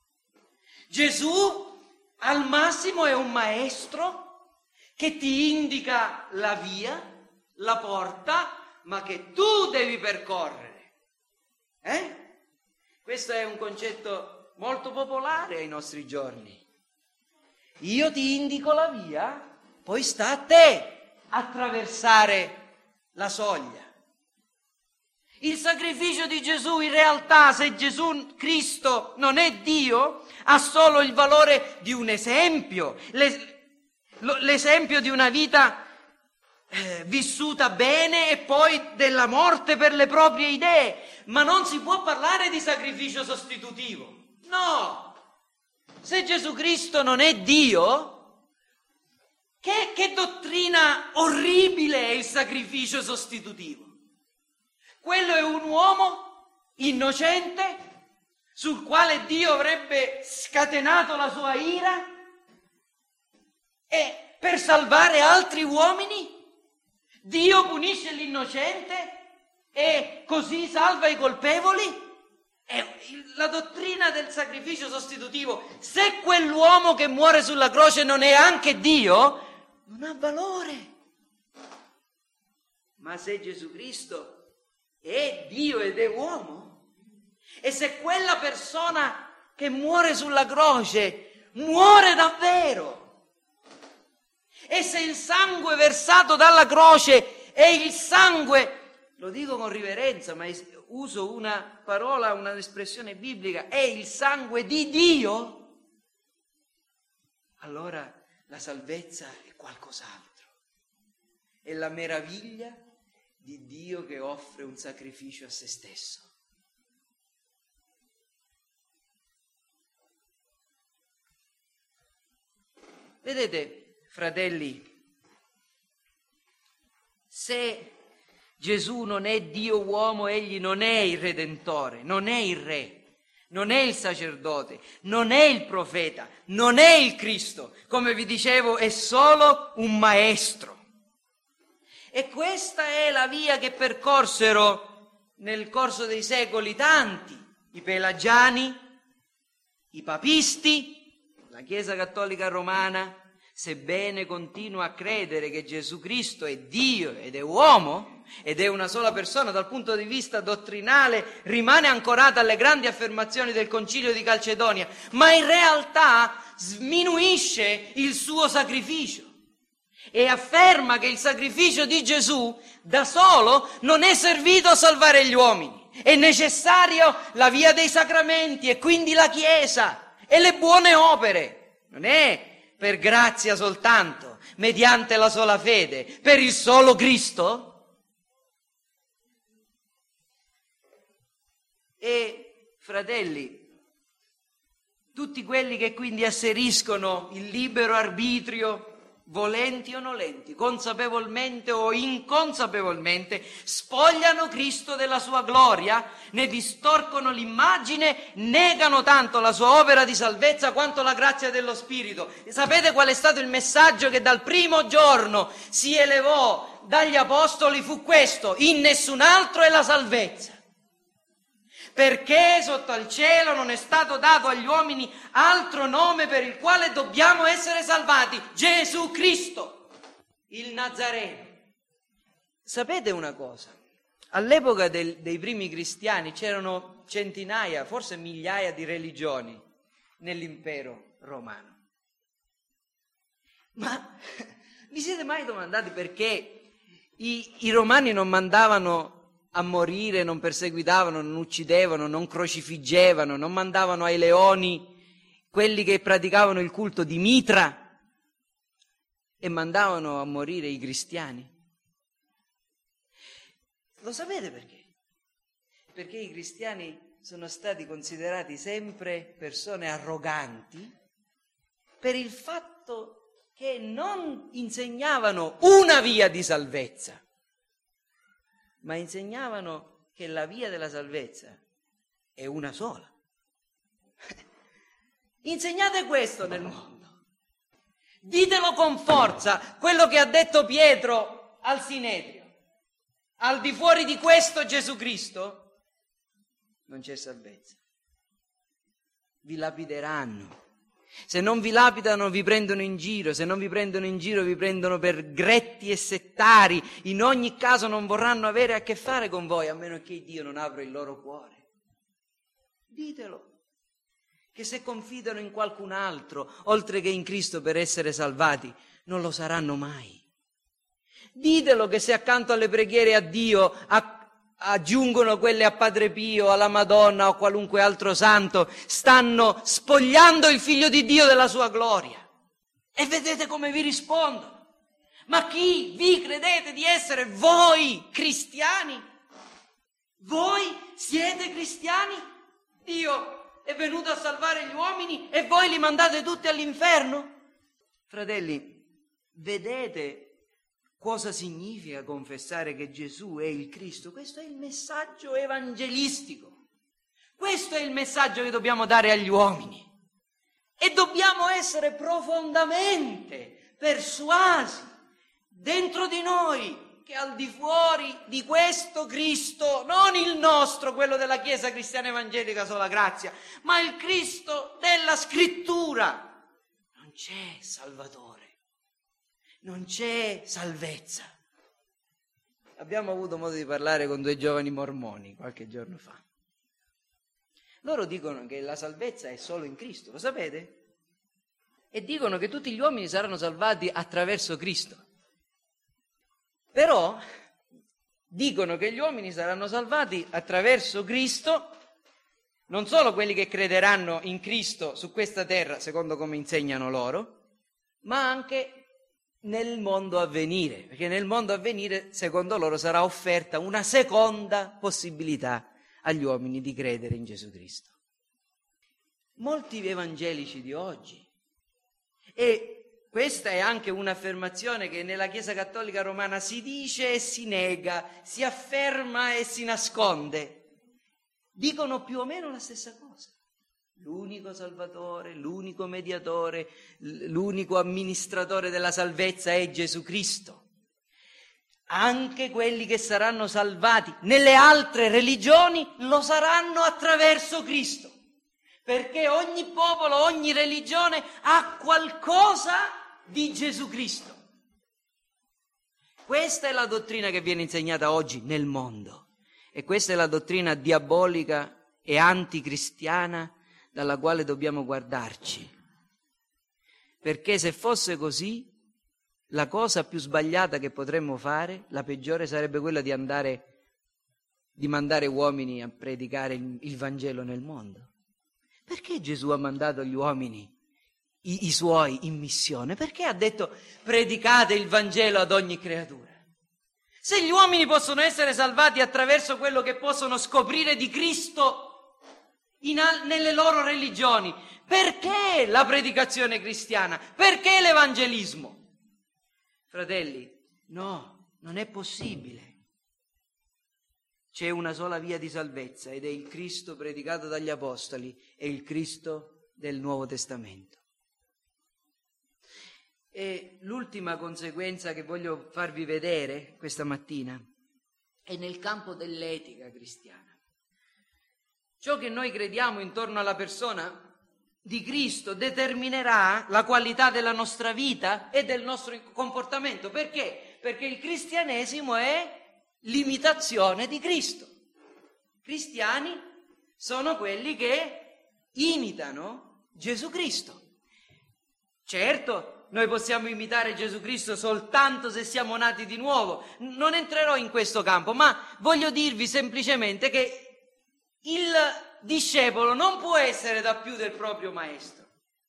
Gesù al massimo è un maestro che ti indica la via, la porta, ma che tu devi percorrere. Eh? Questo è un concetto molto popolare ai nostri giorni. Io ti indico la via, poi sta a te attraversare la soglia. Il sacrificio di Gesù, in realtà, se Gesù Cristo non è Dio, ha solo il valore di un esempio, l'esempio di una vita eh, vissuta bene e poi della morte per le proprie idee, ma non si può parlare di sacrificio sostitutivo. No! Se Gesù Cristo non è Dio, che, che dottrina orribile è il sacrificio sostitutivo? Quello è un uomo innocente sul quale Dio avrebbe scatenato la sua ira e per salvare altri uomini Dio punisce l'innocente e così salva i colpevoli? È la dottrina del sacrificio sostitutivo. Se quell'uomo che muore sulla croce non è anche Dio, non ha valore. Ma se Gesù Cristo è Dio ed è uomo, e se quella persona che muore sulla croce muore davvero, e se il sangue versato dalla croce è il sangue, lo dico con riverenza, ma uso una parola, una espressione biblica, è il sangue di Dio, allora la salvezza è qualcos'altro. È la meraviglia di Dio che offre un sacrificio a se stesso. Vedete, fratelli, se Gesù non è Dio uomo, egli non è il Redentore, non è il Re, non è il sacerdote, non è il profeta, non è il Cristo. Come vi dicevo, è solo un maestro. E questa è la via che percorsero nel corso dei secoli tanti, i pelagiani, i papisti, la Chiesa Cattolica Romana, sebbene continua a credere che Gesù Cristo è Dio ed è uomo, ed è una sola persona dal punto di vista dottrinale, rimane ancorata alle grandi affermazioni del Concilio di Calcedonia, ma in realtà sminuisce il suo sacrificio e afferma che il sacrificio di Gesù da solo non è servito a salvare gli uomini, è necessario la via dei sacramenti e quindi la Chiesa e le buone opere, non è per grazia soltanto, mediante la sola fede, per il solo Cristo. E fratelli, tutti quelli che quindi asseriscono il libero arbitrio, volenti o nolenti, consapevolmente o inconsapevolmente, spogliano Cristo della sua gloria, ne distorcono l'immagine, negano tanto la sua opera di salvezza quanto la grazia dello Spirito. E sapete qual è stato il messaggio che dal primo giorno si elevò dagli apostoli? Fu questo: in nessun altro è la salvezza. Perché sotto al cielo non è stato dato agli uomini altro nome per il quale dobbiamo essere salvati: Gesù Cristo, il Nazareno. Sapete una cosa? All'epoca del, dei primi cristiani c'erano centinaia, forse migliaia di religioni nell'impero romano. Ma vi siete mai domandati perché i, i romani non mandavano a morire, non perseguitavano, non uccidevano, non crocifiggevano, non mandavano ai leoni quelli che praticavano il culto di Mitra e mandavano a morire i cristiani? Lo sapete perché? Perché i cristiani sono stati considerati sempre persone arroganti per il fatto che non insegnavano una via di salvezza, ma insegnavano che la via della salvezza è una sola. Insegnate questo nel mondo. Ditelo con forza, quello che ha detto Pietro al Sinedrio. Al di fuori di questo Gesù Cristo non c'è salvezza. Vi lapideranno. Se non vi lapidano vi prendono in giro, se non vi prendono in giro vi prendono per gretti e settari, in ogni caso non vorranno avere a che fare con voi a meno che Dio non apra il loro cuore. Ditelo, che se confidano in qualcun altro oltre che in Cristo per essere salvati non lo saranno mai. Ditelo che se accanto alle preghiere a Dio a aggiungono quelle a Padre Pio, alla Madonna o qualunque altro santo, stanno spogliando il Figlio di Dio della sua gloria. E vedete come vi rispondono. Ma chi vi credete di essere voi cristiani? Voi siete cristiani? Dio è venuto a salvare gli uomini e voi li mandate tutti all'inferno? Fratelli, vedete cosa significa confessare che Gesù è il Cristo? Questo è il messaggio evangelistico. Questo è il messaggio che dobbiamo dare agli uomini. E dobbiamo essere profondamente persuasi dentro di noi che al di fuori di questo Cristo, non il nostro, quello della Chiesa Cristiana Evangelica Sola Grazia, ma il Cristo della Scrittura, non c'è Salvatore. Non c'è salvezza. Abbiamo avuto modo di parlare con due giovani mormoni qualche giorno fa. Loro dicono che la salvezza è solo in Cristo, lo sapete? E dicono che tutti gli uomini saranno salvati attraverso Cristo. Però dicono che gli uomini saranno salvati attraverso Cristo, non solo quelli che crederanno in Cristo su questa terra, secondo come insegnano loro, ma anche nel mondo a venire, perché nel mondo a venire, secondo loro, sarà offerta una seconda possibilità agli uomini di credere in Gesù Cristo. Molti evangelici di oggi, e questa è anche un'affermazione che nella Chiesa Cattolica Romana si dice e si nega, si afferma e si nasconde, dicono più o meno la stessa cosa. L'unico Salvatore, l'unico mediatore, l'unico amministratore della salvezza è Gesù Cristo. Anche quelli che saranno salvati nelle altre religioni lo saranno attraverso Cristo, perché ogni popolo, ogni religione ha qualcosa di Gesù Cristo. Questa è la dottrina che viene insegnata oggi nel mondo, e questa è la dottrina diabolica e anticristiana dalla quale dobbiamo guardarci, perché se fosse così, la cosa più sbagliata che potremmo fare, la peggiore, sarebbe quella di andare, di mandare uomini a predicare il, il Vangelo nel mondo. Perché Gesù ha mandato gli uomini, i, i suoi, in missione? Perché ha detto predicate il Vangelo ad ogni creatura? Se gli uomini possono essere salvati attraverso quello che possono scoprire di Cristo In al- nelle loro religioni, perché la predicazione cristiana? Perché l'evangelismo? Fratelli, no, non è possibile. C'è una sola via di salvezza ed è il Cristo predicato dagli Apostoli, è il Cristo del Nuovo Testamento. E l'ultima conseguenza che voglio farvi vedere questa mattina è nel campo dell'etica cristiana. Ciò che noi crediamo intorno alla persona di Cristo determinerà la qualità della nostra vita e del nostro comportamento. Perché? Perché il cristianesimo è l'imitazione di Cristo. Cristiani sono quelli che imitano Gesù Cristo. Certo, noi possiamo imitare Gesù Cristo soltanto se siamo nati di nuovo. Non entrerò in questo campo, ma voglio dirvi semplicemente che il discepolo non può essere da più del proprio maestro.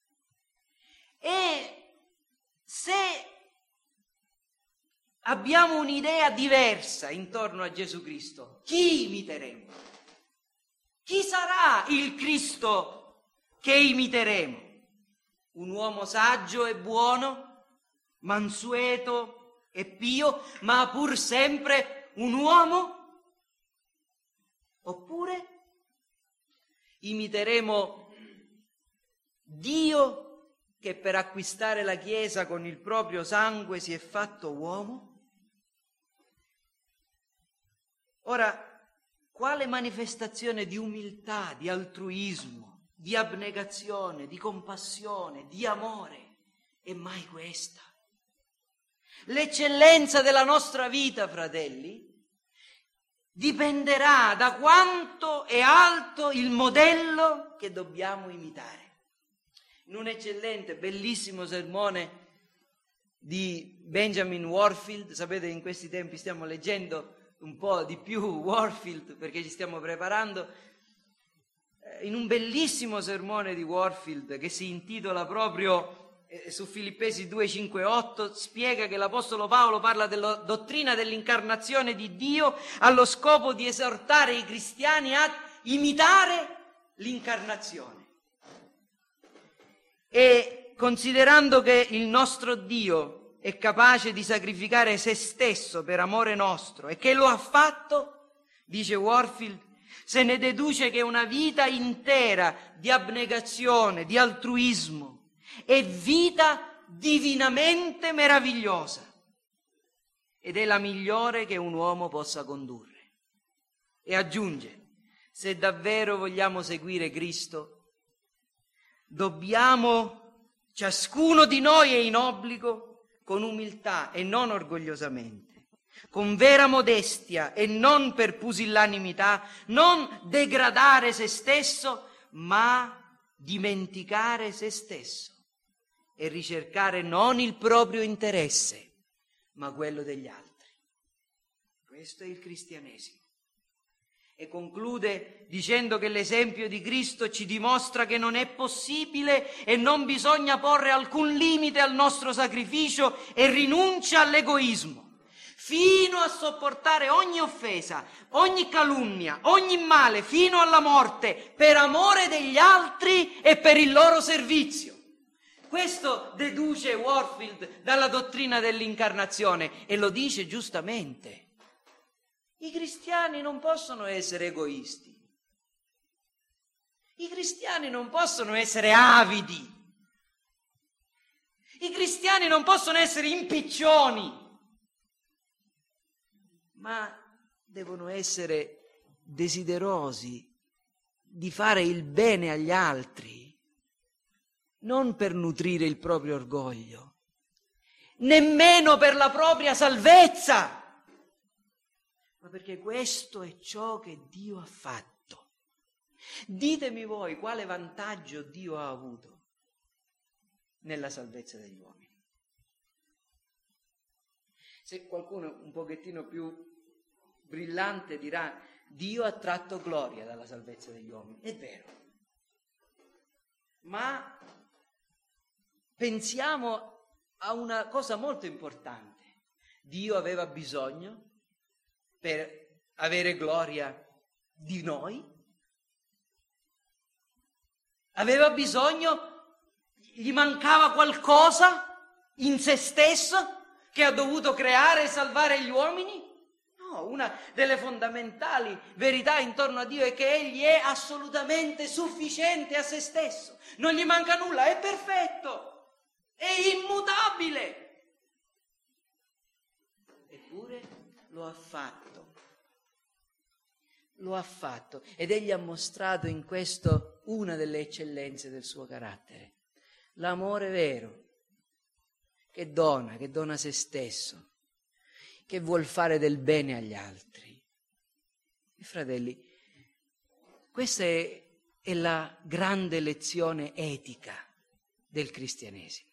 E se abbiamo un'idea diversa intorno a Gesù Cristo, chi imiteremo? Chi sarà il Cristo che imiteremo? Un uomo saggio e buono, mansueto e pio, ma pur sempre un uomo? Oppure imiteremo Dio che per acquistare la Chiesa con il proprio sangue si è fatto uomo? Ora, quale manifestazione di umiltà, di altruismo, di abnegazione, di compassione, di amore è mai questa? L'eccellenza della nostra vita, fratelli, dipenderà da quanto è alto il modello che dobbiamo imitare. In un eccellente, bellissimo sermone di Benjamin Warfield, sapete in questi tempi stiamo leggendo un po' di più Warfield perché ci stiamo preparando, in un bellissimo sermone di Warfield che si intitola proprio eh, su Filippesi due, cinque, otto spiega che l'Apostolo Paolo parla della dottrina dell'incarnazione di Dio allo scopo di esortare i cristiani a imitare l'incarnazione. E considerando che il nostro Dio è capace di sacrificare se stesso per amore nostro e che lo ha fatto, dice Warfield, se ne deduce che una vita intera di abnegazione, di altruismo, è vita divinamente meravigliosa ed è la migliore che un uomo possa condurre. E aggiunge, se davvero vogliamo seguire Cristo, dobbiamo, ciascuno di noi è in obbligo, con umiltà e non orgogliosamente, con vera modestia e non per pusillanimità, non degradare se stesso, ma dimenticare se stesso e ricercare non il proprio interesse, ma quello degli altri. Questo è il cristianesimo. E conclude dicendo che l'esempio di Cristo ci dimostra che non è possibile e non bisogna porre alcun limite al nostro sacrificio e rinuncia all'egoismo, fino a sopportare ogni offesa, ogni calunnia, ogni male, fino alla morte, per amore degli altri e per il loro servizio. Questo deduce Warfield dalla dottrina dell'incarnazione e lo dice giustamente. I cristiani non possono essere egoisti. I cristiani non possono essere avidi. I cristiani non possono essere impiccioni. Ma devono essere desiderosi di fare il bene agli altri, non per nutrire il proprio orgoglio, nemmeno per la propria salvezza, ma perché questo è ciò che Dio ha fatto. Ditemi voi quale vantaggio Dio ha avuto nella salvezza degli uomini. Se qualcuno un pochettino più brillante dirà Dio ha tratto gloria dalla salvezza degli uomini, è vero, ma pensiamo a una cosa molto importante. Dio aveva bisogno per avere gloria di noi? Aveva bisogno, gli mancava qualcosa in se stesso che ha dovuto creare e salvare gli uomini? No, una delle fondamentali verità intorno a Dio è che Egli è assolutamente sufficiente a se stesso, non gli manca nulla, è perfetto, è immutabile. Eppure lo ha fatto, lo ha fatto ed Egli ha mostrato in questo una delle eccellenze del suo carattere, l'amore vero, che dona, che dona se stesso, che vuol fare del bene agli altri. E fratelli, questa è, è la grande lezione etica del cristianesimo.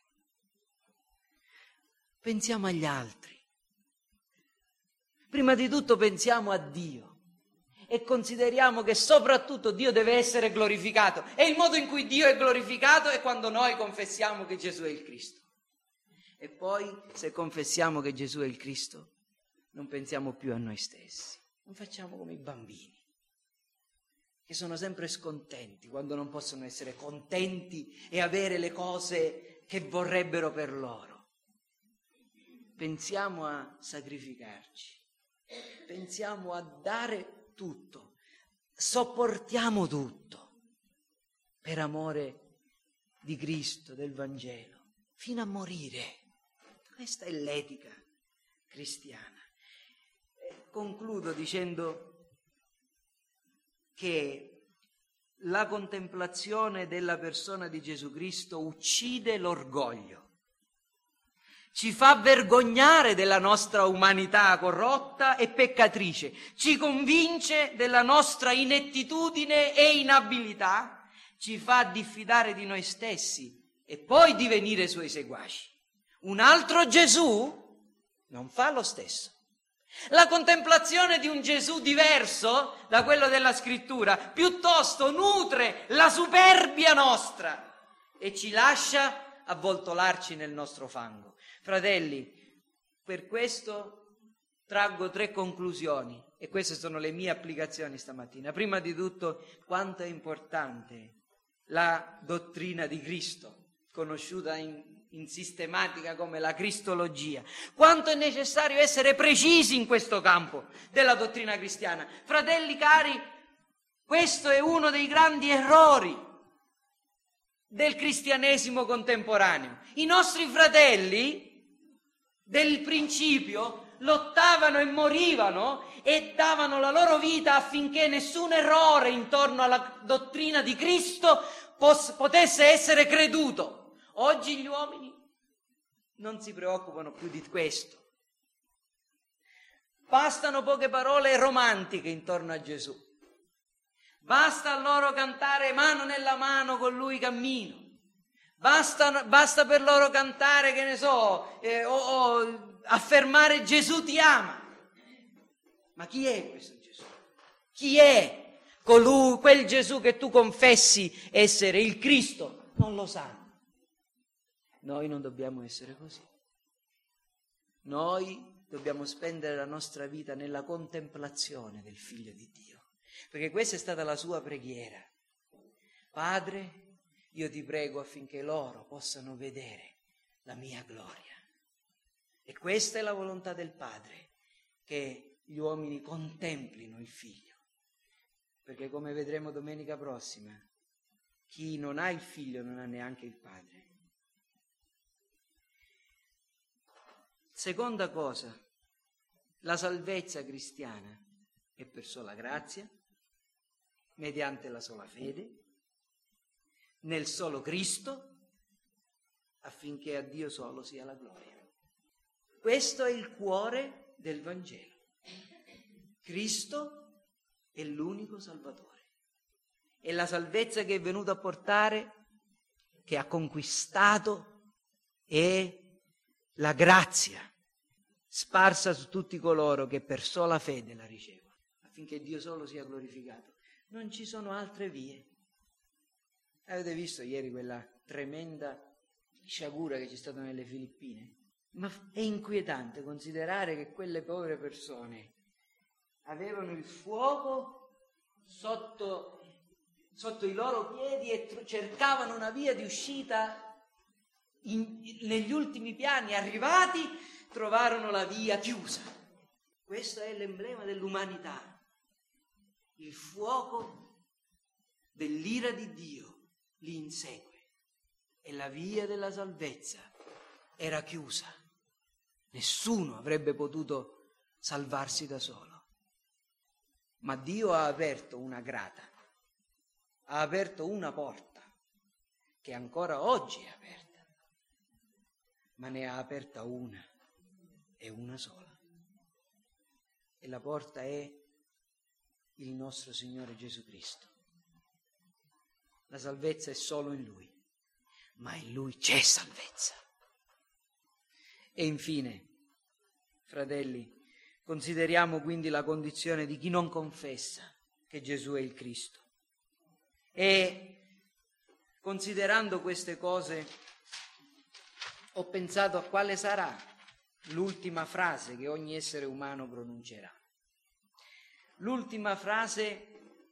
Pensiamo agli altri. Prima di tutto pensiamo a Dio e consideriamo che soprattutto Dio deve essere glorificato. E il modo in cui Dio è glorificato è quando noi confessiamo che Gesù è il Cristo. E poi, se confessiamo che Gesù è il Cristo, non pensiamo più a noi stessi. Non facciamo come i bambini, che sono sempre scontenti quando non possono essere contenti e avere le cose che vorrebbero per loro. Pensiamo a sacrificarci, pensiamo a dare tutto, sopportiamo tutto per amore di Cristo, del Vangelo, fino a morire. Questa è l'etica cristiana. E concludo dicendo che la contemplazione della persona di Gesù Cristo uccide l'orgoglio, ci fa vergognare della nostra umanità corrotta e peccatrice, ci convince della nostra inettitudine e inabilità, ci fa diffidare di noi stessi e poi divenire suoi seguaci. Un altro Gesù non fa lo stesso. La contemplazione di un Gesù diverso da quello della Scrittura piuttosto nutre la superbia nostra e ci lascia avvoltolarci nel nostro fango. Fratelli, per questo traggo tre conclusioni e queste sono le mie applicazioni stamattina. Prima di tutto, quanto è importante la dottrina di Cristo, conosciuta in, in sistematica come la cristologia. Quanto è necessario essere precisi in questo campo della dottrina cristiana. Fratelli cari, questo è uno dei grandi errori del cristianesimo contemporaneo. I nostri fratelli del principio lottavano e morivano e davano la loro vita affinché nessun errore intorno alla dottrina di Cristo pos- potesse essere creduto. Oggi gli uomini non si preoccupano più di questo. Bastano poche parole romantiche intorno a Gesù. Basta a loro cantare mano nella mano con lui cammino. Basta, basta per loro cantare, che ne so, eh, o, o affermare Gesù ti ama. Ma chi è questo Gesù? Chi è colui, quel Gesù che tu confessi essere il Cristo? Non lo sanno. Noi non dobbiamo essere così. Noi dobbiamo spendere la nostra vita nella contemplazione del Figlio di Dio, perché questa è stata la sua preghiera. Padre, io ti prego affinché loro possano vedere la mia gloria. E questa è la volontà del Padre, che gli uomini contemplino il Figlio. Perché come vedremo domenica prossima, chi non ha il Figlio non ha neanche il Padre. Seconda cosa, la salvezza cristiana è per sola grazia, mediante la sola fede, nel solo Cristo, affinché a Dio solo sia la gloria. Questo è il cuore del Vangelo. Cristo è l'unico Salvatore. È la salvezza che è venuto a portare, che ha conquistato, è la grazia sparsa su tutti coloro che per sola fede la ricevono, affinché Dio solo sia glorificato. Non ci sono altre vie. Avete visto ieri quella tremenda sciagura che c'è stata nelle Filippine? Ma è inquietante considerare che quelle povere persone avevano il fuoco sotto, sotto i loro piedi e tr- cercavano una via di uscita. In, negli ultimi piani arrivati trovarono la via chiusa. Questo è l'emblema dell'umanità. Il fuoco dell'ira di Dio li insegue e la via della salvezza era chiusa. Nessuno avrebbe potuto salvarsi da solo. Ma Dio ha aperto una grata, ha aperto una porta che ancora oggi è aperta, ma ne ha aperta una e una sola. E la porta è il nostro Signore Gesù Cristo. La salvezza è solo in Lui, ma in Lui c'è salvezza. E infine, fratelli, consideriamo quindi la condizione di chi non confessa che Gesù è il Cristo. E considerando queste cose, ho pensato a quale sarà l'ultima frase che ogni essere umano pronuncerà. L'ultima frase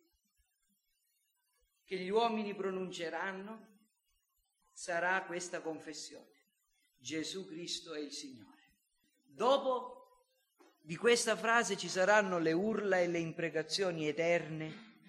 che gli uomini pronunceranno sarà questa confessione: Gesù Cristo è il Signore. Dopo di questa frase ci saranno le urla e le imprecazioni eterne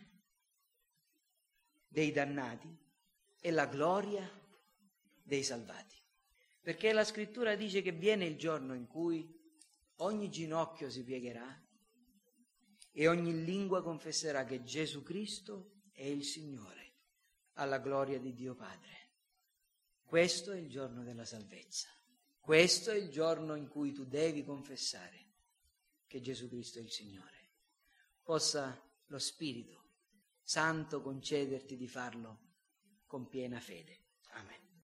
dei dannati e la gloria dei salvati. Perché la Scrittura dice che viene il giorno in cui ogni ginocchio si piegherà e ogni lingua confesserà che Gesù Cristo è il Signore, alla gloria di Dio Padre. Questo è il giorno della salvezza. Questo è il giorno in cui tu devi confessare che Gesù Cristo è il Signore. Possa lo Spirito Santo concederti di farlo con piena fede. Amen.